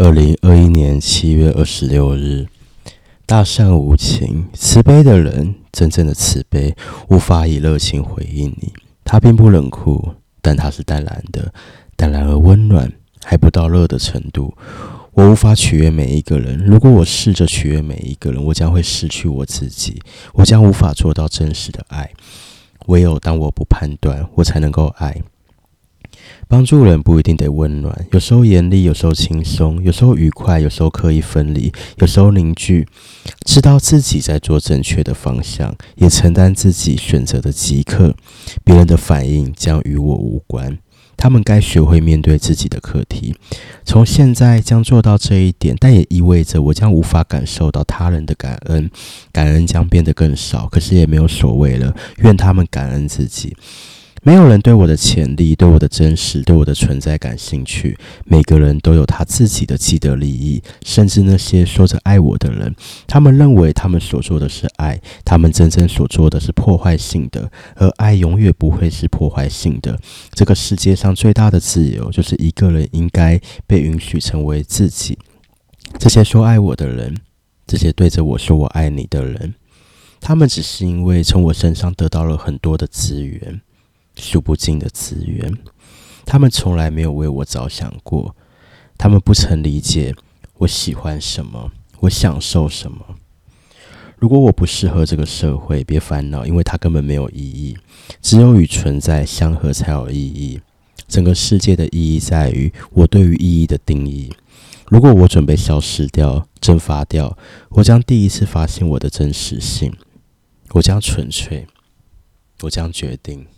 2021年7月26日，大善无情，慈悲的人，真正的慈悲，无法以热情回应你。他并不冷酷，但他是淡然的，淡然而温暖，还不到热的程度。我无法取悦每一个人，如果我试着取悦每一个人，我将会失去我自己，我将无法做到真实的爱。唯有当我不判断，我才能够爱。帮助人不一定得温暖，有时候严厉，有时候轻松，有时候愉快，有时候刻意分离，有时候凝聚。知道自己在做正确的方向，也承担自己选择的即刻。别人的反应将与我无关，他们该学会面对自己的课题。从现在将做到这一点，但也意味着我将无法感受到他人的感恩，感恩将变得更少，可是也没有所谓了，愿他们感恩自己。没有人对我的潜力，对我的真实，对我的存在感兴趣。每个人都有他自己的既得利益，甚至那些说着爱我的人，他们认为他们所做的是爱，他们真正所做的是破坏性的，而爱永远不会是破坏性的。这个世界上最大的自由，就是一个人应该被允许成为自己。这些说爱我的人，这些对着我说我爱你的人，他们只是因为从我身上得到了很多的资源，数不尽的资源，他们从来没有为我着想过，他们不曾理解我喜欢什么，我享受什么。如果我不适合这个社会，别烦恼，因为它根本没有意义。只有与存在相合才有意义。整个世界的意义在于我对于意义的定义。如果我准备消失掉，蒸发掉，我将第一次发现我的真实性，我将纯粹，我将决定。